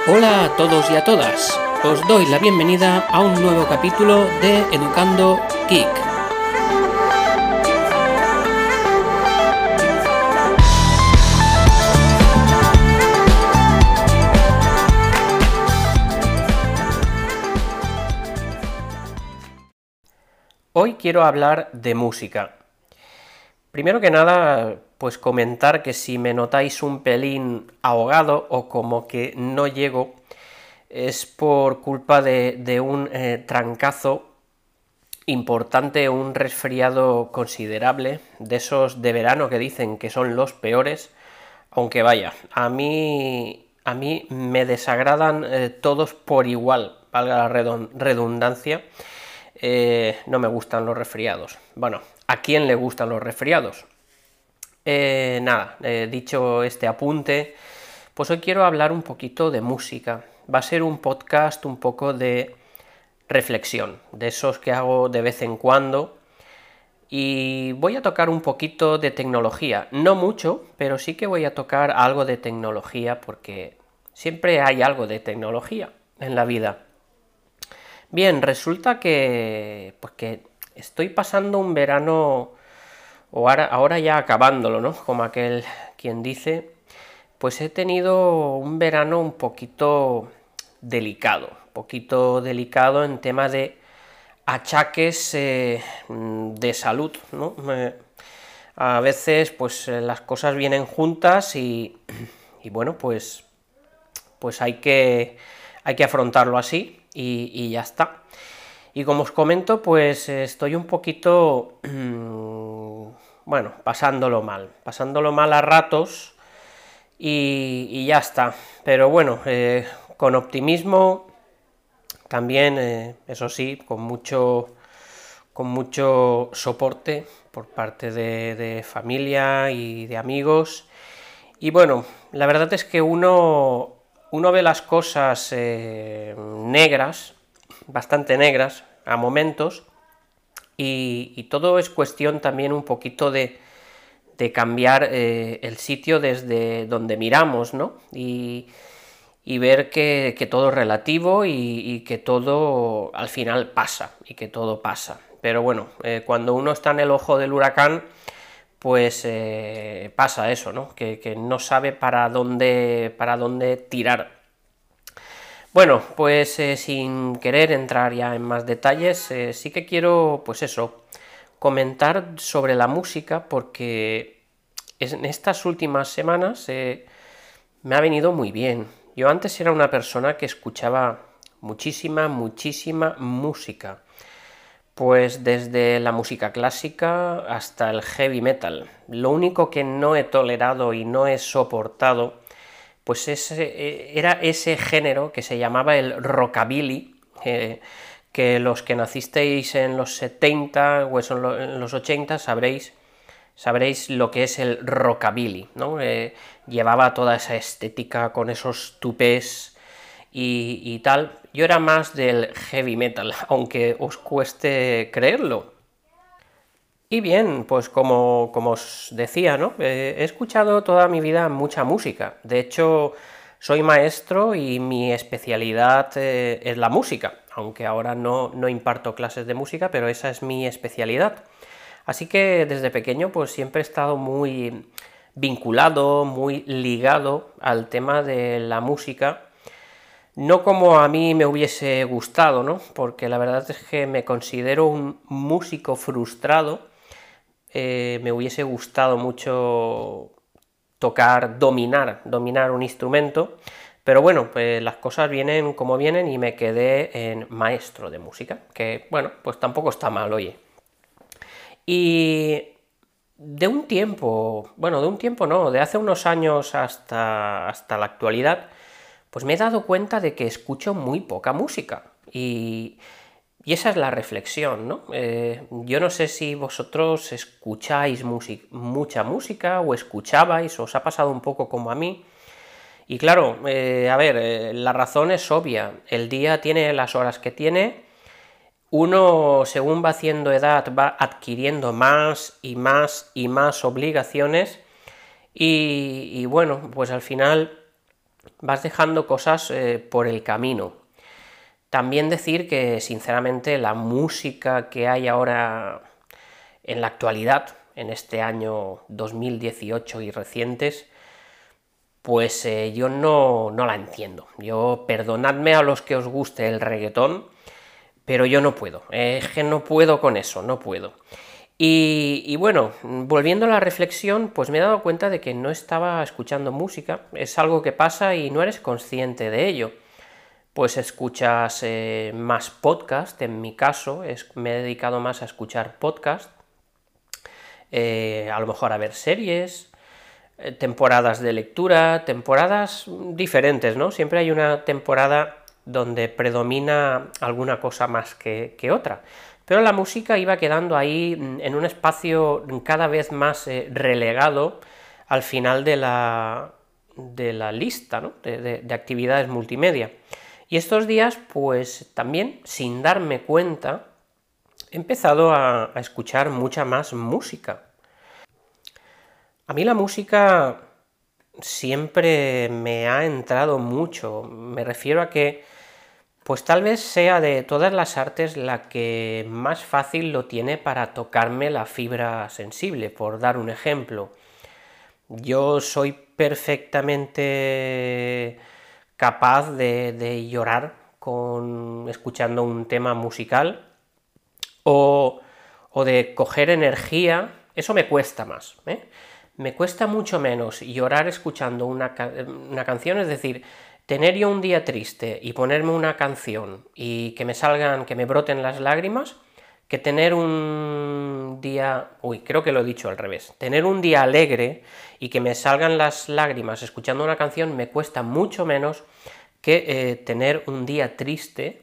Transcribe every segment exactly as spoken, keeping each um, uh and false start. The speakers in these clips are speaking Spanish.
Hola a todos y a todas, os doy la bienvenida a un nuevo capítulo de Educando Geek. Hoy quiero hablar de música. Primero que nada, pues comentar que si me notáis un pelín ahogado o como que no llego, es por culpa de, de un eh, trancazo importante, un resfriado considerable, de esos de verano que dicen que son los peores, aunque vaya, a mí, a mí me desagradan eh, todos por igual, valga la redundancia. Eh, no me gustan los resfriados. Bueno, ¿a quién le gustan los resfriados? Eh, nada, eh, dicho este apunte, pues hoy quiero hablar un poquito de música. Va a ser un podcast un poco de reflexión, de esos que hago de vez en cuando, y voy a tocar un poquito de tecnología, no mucho, pero sí que voy a tocar algo de tecnología, porque siempre hay algo de tecnología en la vida. Bien, resulta que, pues que estoy pasando un verano, o ahora, ahora ya acabándolo, ¿no? Como aquel quien dice, pues he tenido un verano un poquito delicado, un poquito delicado en tema de achaques eh, de salud, ¿no? Me, a veces, pues las cosas vienen juntas y, y bueno, pues, pues hay que, hay que afrontarlo así. Y, y ya está. Y como os comento, pues estoy un poquito, bueno, pasándolo mal, pasándolo mal a ratos y, y ya está. Pero bueno, eh, con optimismo, también, eh, eso sí, con mucho, con mucho soporte por parte de, de familia y de amigos. Y bueno, la verdad es que uno... Uno ve las cosas eh, negras, bastante negras, a momentos, y, y todo es cuestión también un poquito de, de cambiar eh, el sitio desde donde miramos, ¿no? Y, y ver que, que todo es relativo y, y que todo al final pasa, y que todo pasa. Pero bueno, eh, cuando uno está en el ojo del huracán, pues eh, pasa eso, ¿no? Que, que no sabe para dónde, para dónde tirar. Bueno, pues eh, sin querer entrar ya en más detalles, eh, sí que quiero, pues eso, comentar sobre la música, porque en estas últimas semanas eh, me ha venido muy bien. Yo antes era una persona que escuchaba muchísima, muchísima música. Pues desde la música clásica hasta el heavy metal. Lo único que no he tolerado y no he soportado, pues ese, era ese género que se llamaba el rockabilly, eh, que los que nacisteis en los setenta o en los ochenta sabréis, sabréis lo que es el rockabilly, ¿no? Eh, llevaba toda esa estética con esos tupés y, y tal. Yo era más del heavy metal, aunque os cueste creerlo. Y bien, pues como, como os decía, ¿no? Eh, he escuchado toda mi vida mucha música. De hecho, soy maestro y mi especialidad eh, es la música, aunque ahora no, no imparto clases de música, pero esa es mi especialidad. Así que desde pequeño pues siempre he estado muy vinculado, muy ligado al tema de la música. No como a mí me hubiese gustado, ¿no? Porque la verdad es que me considero un músico frustrado. Eh, me hubiese gustado mucho tocar, dominar, dominar un instrumento, pero bueno, pues las cosas vienen como vienen y me quedé en maestro de música, que bueno, pues tampoco está mal, oye. Y de un tiempo, bueno, de un tiempo no, de hace unos años hasta, hasta la actualidad, pues me he dado cuenta de que escucho muy poca música, y, y esa es la reflexión, ¿no? Eh, yo no sé si vosotros escucháis mucha música, o escuchabais, o os ha pasado un poco como a mí, y claro, eh, a ver, eh, la razón es obvia, el día tiene las horas que tiene, uno según va haciendo edad va adquiriendo más y más y más obligaciones, y, y bueno, pues al final vas dejando cosas eh, por el camino. También decir que, sinceramente, la música que hay ahora en la actualidad, en este año dos mil dieciocho y recientes, pues eh, yo no, no la entiendo. Yo, perdonadme a los que os guste el reggaetón, pero yo no puedo, es que no puedo con eso, no puedo. Y, y, bueno, volviendo a la reflexión, pues me he dado cuenta de que no estaba escuchando música, es algo que pasa y no eres consciente de ello. Pues escuchas eh, más podcast, en mi caso, es, me he dedicado más a escuchar podcast, eh, a lo mejor a ver series, eh, temporadas de lectura, temporadas diferentes, ¿no? Siempre hay una temporada donde predomina alguna cosa más que, que otra. Pero la música iba quedando ahí en un espacio cada vez más eh, relegado al final de la, de la lista, ¿no? de, de, de actividades multimedia. Y estos días, pues también, sin darme cuenta, he empezado a, a escuchar mucha más música. A mí la música siempre me ha entrado mucho, me refiero a que pues tal vez sea de todas las artes la que más fácil lo tiene para tocarme la fibra sensible, por dar un ejemplo. Yo soy perfectamente capaz de, de llorar con, escuchando un tema musical o, o de coger energía, eso me cuesta más, ¿eh? Me cuesta mucho menos llorar escuchando una, una canción, es decir, tener yo un día triste y ponerme una canción y que me salgan, que me broten las lágrimas, que tener un día, uy, creo que lo he dicho al revés, tener un día alegre y que me salgan las lágrimas escuchando una canción me cuesta mucho menos que eh, tener un día triste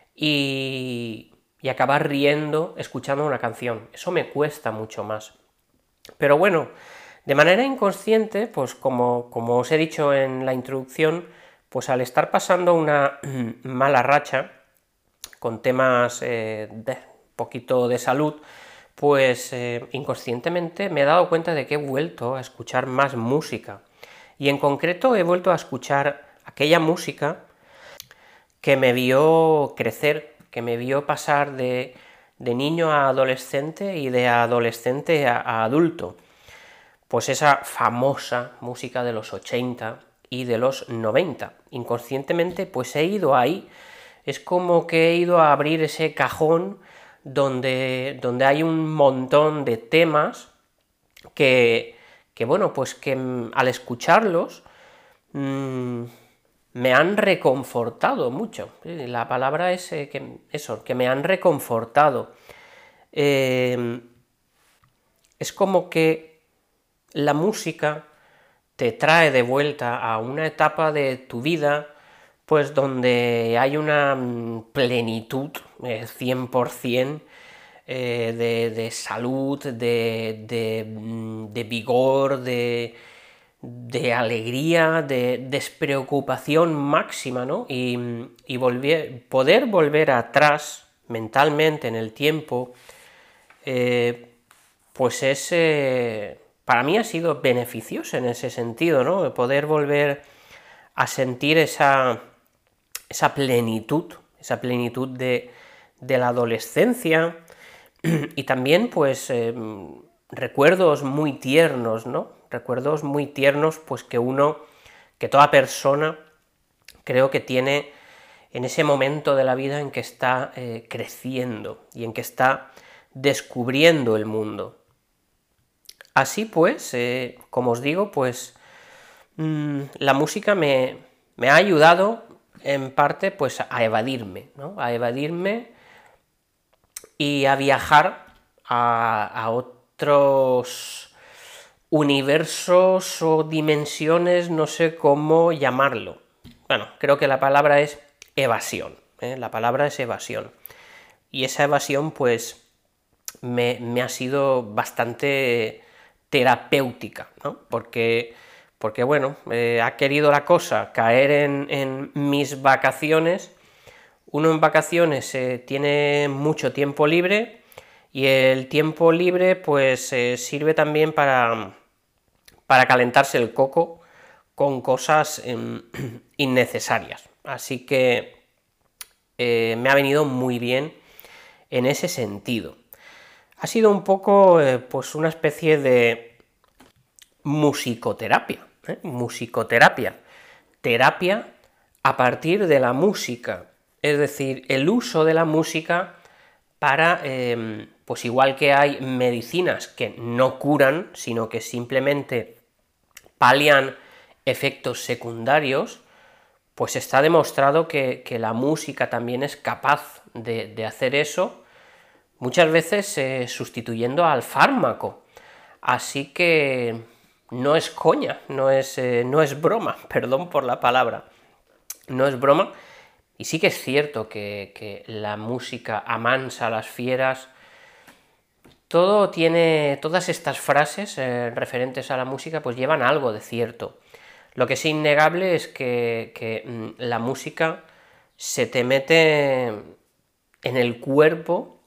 y, y acabar riendo escuchando una canción. Eso me cuesta mucho más. Pero bueno, de manera inconsciente, pues como, como os he dicho en la introducción, pues al estar pasando una mala racha con temas eh, de poquito de salud, pues eh, inconscientemente me he dado cuenta de que he vuelto a escuchar más música. Y en concreto he vuelto a escuchar aquella música que me vio crecer, que me vio pasar de, de niño a adolescente y de adolescente a, a adulto. Pues esa famosa música de los ochenta y de los noventa. Inconscientemente pues he ido ahí, es como que he ido a abrir ese cajón donde, donde hay un montón de temas que, que bueno, pues que al escucharlos mmm, me han reconfortado mucho. La palabra es eh, que, eso, que me han reconfortado. Eh, es como que la música te trae de vuelta a una etapa de tu vida, pues donde hay una plenitud eh, cien por cien eh, de, de salud, de, de, de vigor, de, de alegría, de despreocupación máxima, ¿no? Y, y volver, poder volver atrás mentalmente en el tiempo, eh, pues es... Eh, para mí ha sido beneficioso en ese sentido, ¿no? Poder volver a sentir esa, esa plenitud, esa plenitud de, de la adolescencia y también, pues, eh, recuerdos muy tiernos, ¿no? Recuerdos muy tiernos, pues que uno, que toda persona, creo que tiene en ese momento de la vida en que está eh, creciendo y en que está descubriendo el mundo. Así pues, eh, como os digo, pues mmm, la música me, me ha ayudado en parte pues a evadirme, ¿no? A evadirme y a viajar a, a otros universos o dimensiones, no sé cómo llamarlo. Bueno, creo que la palabra es evasión, ¿eh? La palabra es evasión. Y esa evasión pues me, me ha sido bastante terapéutica, ¿no? Porque, porque bueno, eh, ha querido la cosa caer en, en mis vacaciones. Uno en vacaciones eh, tiene mucho tiempo libre y el tiempo libre pues eh, sirve también para, para calentarse el coco con cosas eh, innecesarias. Así que eh, me ha venido muy bien en ese sentido. Ha sido un poco eh, pues una especie de musicoterapia, ¿eh? musicoterapia, terapia a partir de la música, es decir, el uso de la música para, eh, pues igual que hay medicinas que no curan, sino que simplemente palian efectos secundarios, pues está demostrado que, que la música también es capaz de, de hacer eso, muchas veces eh, sustituyendo al fármaco. Así que no es coña, no es, eh, no es broma, perdón por la palabra, no es broma, y sí que es cierto que, que la música amansa a las fieras. Todo tiene, todas estas frases eh, referentes a la música pues llevan algo de cierto. Lo que es innegable es que, que mm, la música se te mete en el cuerpo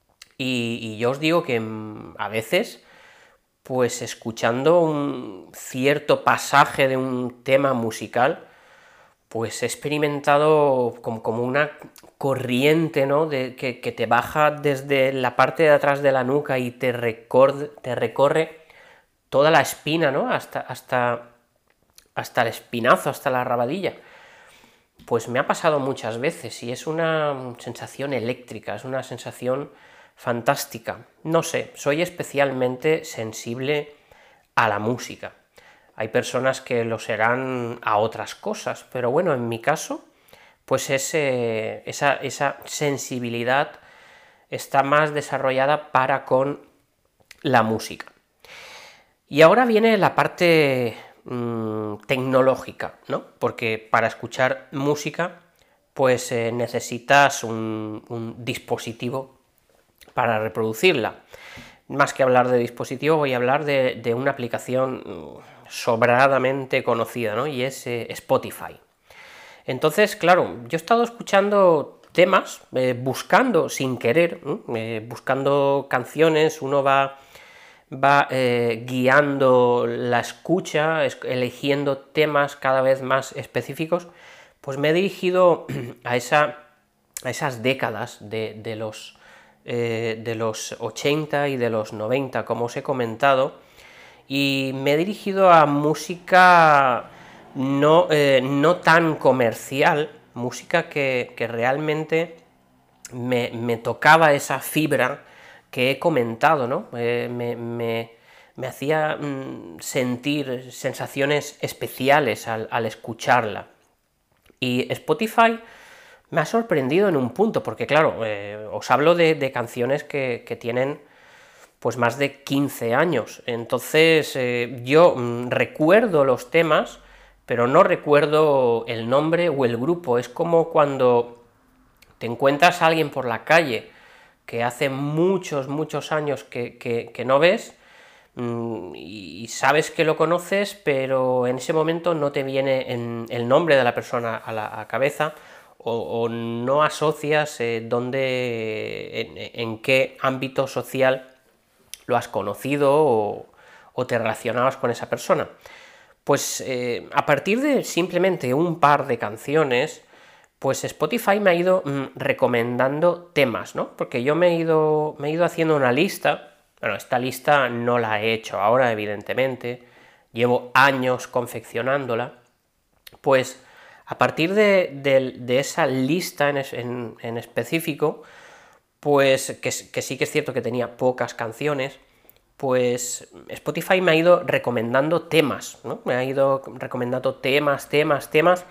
y, y yo os digo que mm, a veces, pues escuchando un cierto pasaje de un tema musical, pues he experimentado como, como una corriente, ¿no? De, que, que te baja desde la parte de atrás de la nuca y te, recorre, te recorre toda la espina, ¿no? Hasta, hasta, hasta el espinazo, hasta la rabadilla. Pues me ha pasado muchas veces y es una sensación eléctrica, es una sensación fantástica. No sé, soy especialmente sensible a la música. Hay personas que lo serán a otras cosas, pero bueno, en mi caso, pues ese, esa, esa sensibilidad está más desarrollada para con la música. Y ahora viene la parte mmm, tecnológica, ¿no? Porque para escuchar música, pues eh, necesitas un, un dispositivo para reproducirla. Más que hablar de dispositivo, voy a hablar de, de una aplicación sobradamente conocida, ¿no? Y es eh, Spotify. Entonces, claro, yo he estado escuchando temas, eh, buscando sin querer, eh, buscando canciones, uno va, va eh, guiando la escucha, eligiendo temas cada vez más específicos, pues me he dirigido a, esa, a esas décadas de, de, los, eh, de los ochenta y de los noventa, como os he comentado, y me he dirigido a música no, eh, no tan comercial, música que, que realmente me, me, tocaba esa fibra que he comentado, ¿no? Eh, me, me, me, hacía mm, sentir sensaciones especiales al, al escucharla. Y Spotify me ha sorprendido en un punto, porque claro, eh, os hablo de, de canciones que, que tienen pues más de quince años. Entonces eh, yo mmm, recuerdo los temas, pero no recuerdo el nombre o el grupo. Es como cuando te encuentras a alguien por la calle que hace muchos, muchos años que, que, que no ves, mmm, y sabes que lo conoces, pero en ese momento no te viene en el nombre de la persona a la a cabeza, o, o no asocias eh, dónde, en, en qué ámbito social lo has conocido o, o te relacionabas con esa persona. Pues eh, a partir de simplemente un par de canciones, pues Spotify me ha ido mmm, recomendando temas, ¿no? Porque yo me he, ido, me he ido haciendo una lista. Bueno, esta lista no la he hecho ahora, evidentemente, llevo años confeccionándola. Pues a partir de, de, de esa lista en, en, en específico, pues que, que sí que es cierto que tenía pocas canciones, pues Spotify me ha ido recomendando temas, ¿no? Me ha ido recomendando temas, temas, temas,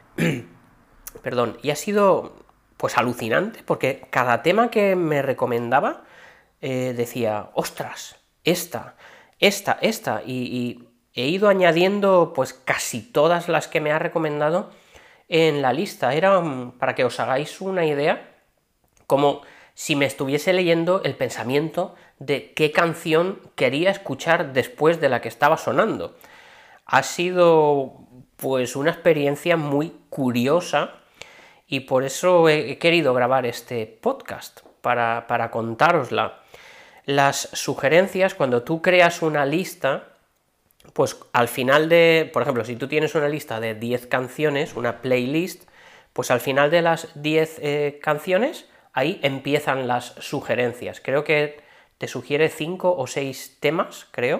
perdón, y ha sido pues alucinante, porque cada tema que me recomendaba eh, decía, ostras, esta, esta, esta, y, y he ido añadiendo pues casi todas las que me ha recomendado en la lista. Era, para que os hagáis una idea, como si me estuviese leyendo el pensamiento de qué canción quería escuchar después de la que estaba sonando. Ha sido pues una experiencia muy curiosa y por eso he querido grabar este podcast, para, para contárosla. Las sugerencias, cuando tú creas una lista, pues al final de, por ejemplo, si tú tienes una lista de diez canciones, una playlist, pues al final de las diez eh, canciones, ahí empiezan las sugerencias. Creo que te sugiere cinco o seis temas, creo,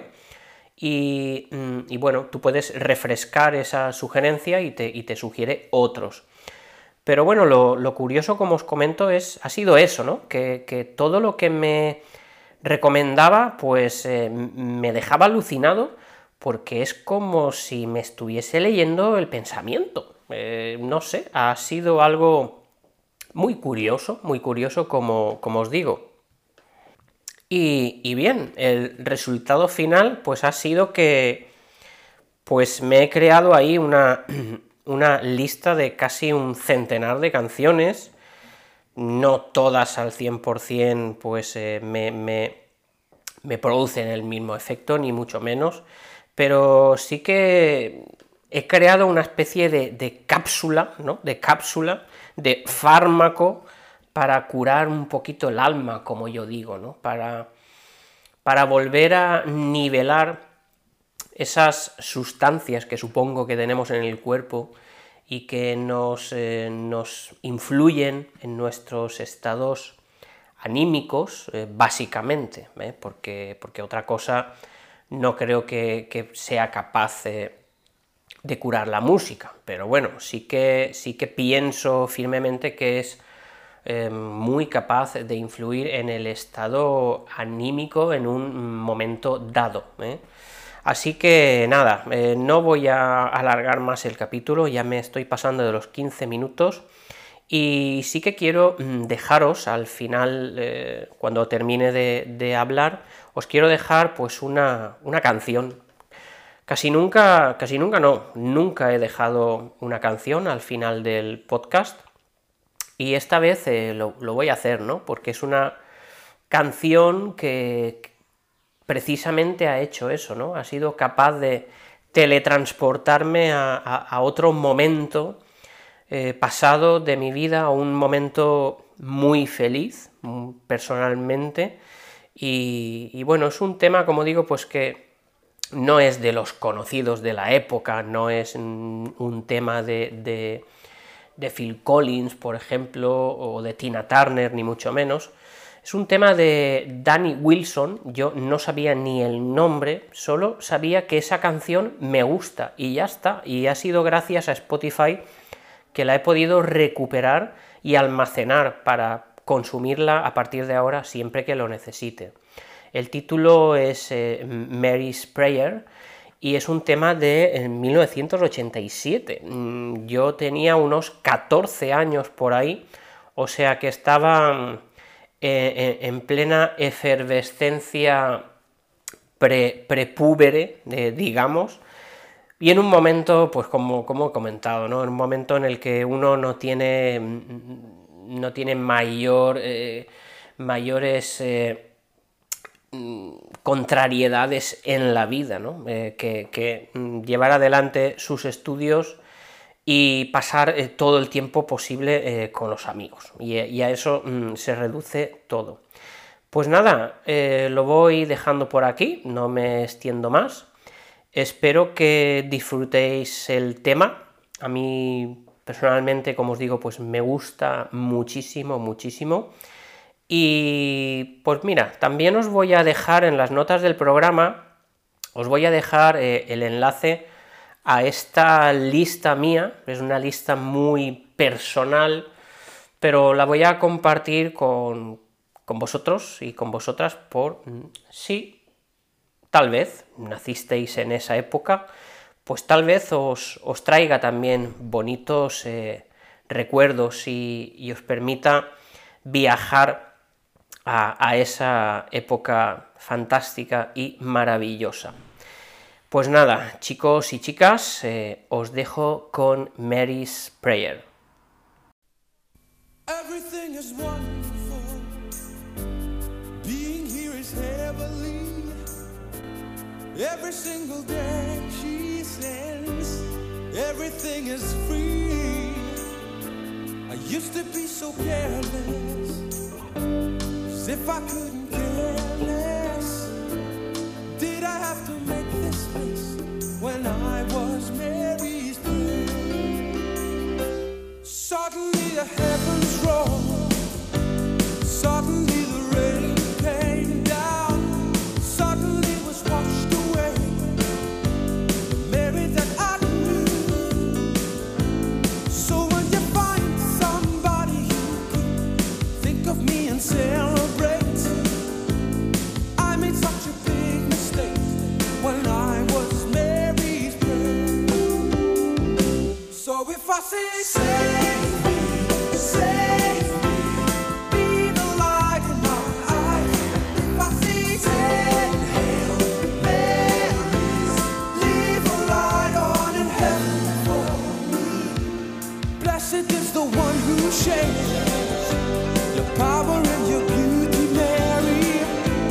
y, y bueno, tú puedes refrescar esa sugerencia y te, y te sugiere otros. Pero bueno, lo, lo curioso, como os comento, es, ha sido eso, ¿no? Que, que todo lo que me recomendaba, pues eh, me dejaba alucinado, porque es como si me estuviese leyendo el pensamiento. Eh, no sé, ha sido algo muy curioso, muy curioso, como, como os digo. Y, y bien, el resultado final, pues ha sido que pues me he creado ahí una, una lista de casi un centenar de canciones, no todas al cien por cien pues eh, me, me, me producen el mismo efecto, ni mucho menos, pero sí que he creado una especie de, de cápsula, ¿no? De cápsula, de fármaco para curar un poquito el alma, como yo digo, ¿no? Para, para volver a nivelar esas sustancias que supongo que tenemos en el cuerpo y que nos, eh, nos influyen en nuestros estados anímicos, eh, básicamente, ¿eh? porque, porque otra cosa no creo que, que sea capaz eh, de curar la música, pero bueno, sí que, sí que pienso firmemente que es eh, muy capaz de influir en el estado anímico en un momento dado, ¿eh? Así que nada, eh, no voy a alargar más el capítulo, ya me estoy pasando de los quince minutos, y sí que quiero dejaros al final, eh, cuando termine de, de hablar, os quiero dejar pues una, una canción. Casi nunca, casi nunca no, nunca he dejado una canción al final del podcast, y esta vez eh, lo, lo voy a hacer, ¿no? Porque es una canción que precisamente ha hecho eso, ¿no? Ha sido capaz de teletransportarme a, a, a otro momento eh, pasado de mi vida, a un momento muy feliz, personalmente, y, y bueno, es un tema, como digo, pues que no es de los conocidos de la época, no es un, un tema de, de, de Phil Collins, por ejemplo, o de Tina Turner, ni mucho menos. Es un tema de Danny Wilson, yo no sabía ni el nombre, solo sabía que esa canción me gusta, y ya está, y ha sido gracias a Spotify que la he podido recuperar y almacenar para consumirla a partir de ahora siempre que lo necesite. El título es eh, Mary's Prayer, y es un tema de mil novecientos ochenta y siete. Yo tenía unos catorce años por ahí, o sea que estaba eh, en plena efervescencia pre, prepúbere, eh, digamos, y en un momento, pues como, como he comentado, ¿no? En un momento en el que uno no tiene, no tiene mayor, eh, mayores eh, contrariedades en la vida, ¿no? Eh, que, que llevar adelante sus estudios y pasar eh, todo el tiempo posible eh, con los amigos, y, y a eso mm, se reduce todo. Pues nada, eh, lo voy dejando por aquí, no me extiendo más. Espero que disfrutéis el tema. A mí personalmente, como os digo, pues me gusta muchísimo, muchísimo. Y pues mira, también os voy a dejar en las notas del programa, os voy a dejar eh, el enlace a esta lista mía, es una lista muy personal, pero la voy a compartir con, con vosotros y con vosotras por si tal vez nacisteis en esa época, pues tal vez os, os traiga también bonitos eh, recuerdos y, y os permita viajar a, a esa época fantástica y maravillosa. Pues nada, chicos y chicas, eh, os dejo con Mary's Prayer. Everything is wonderful. Being here is heavenly. Every single day she sends. Everything is free. I used to be so careless, as if I couldn't care less. Did I have to make this list? say, save me, save me, be the light in my eyes. If I see ten Hail Marys, leave a light on in heaven for me. Blessed is the one who shares your power and your beauty, Mary.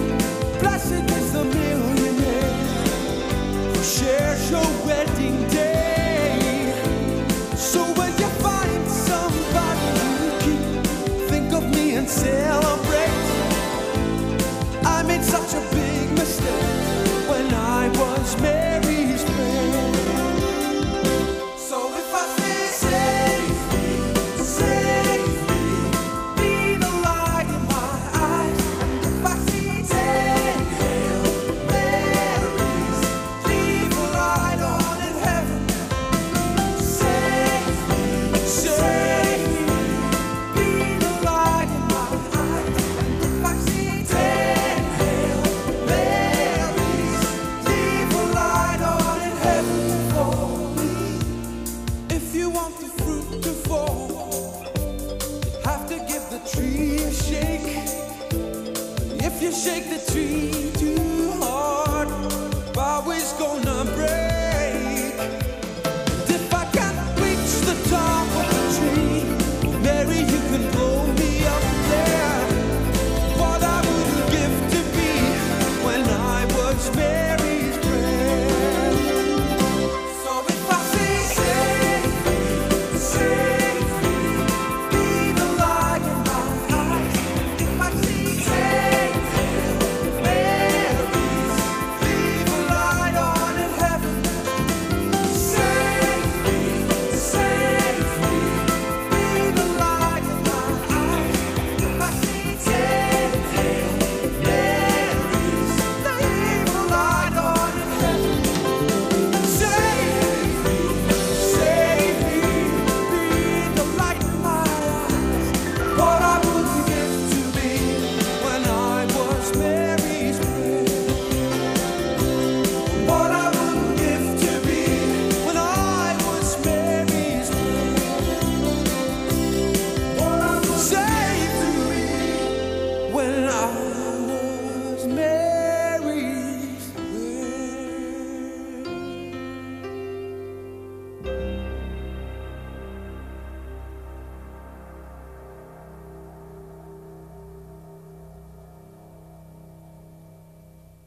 Blessed is the millionaire who shares your wedding day.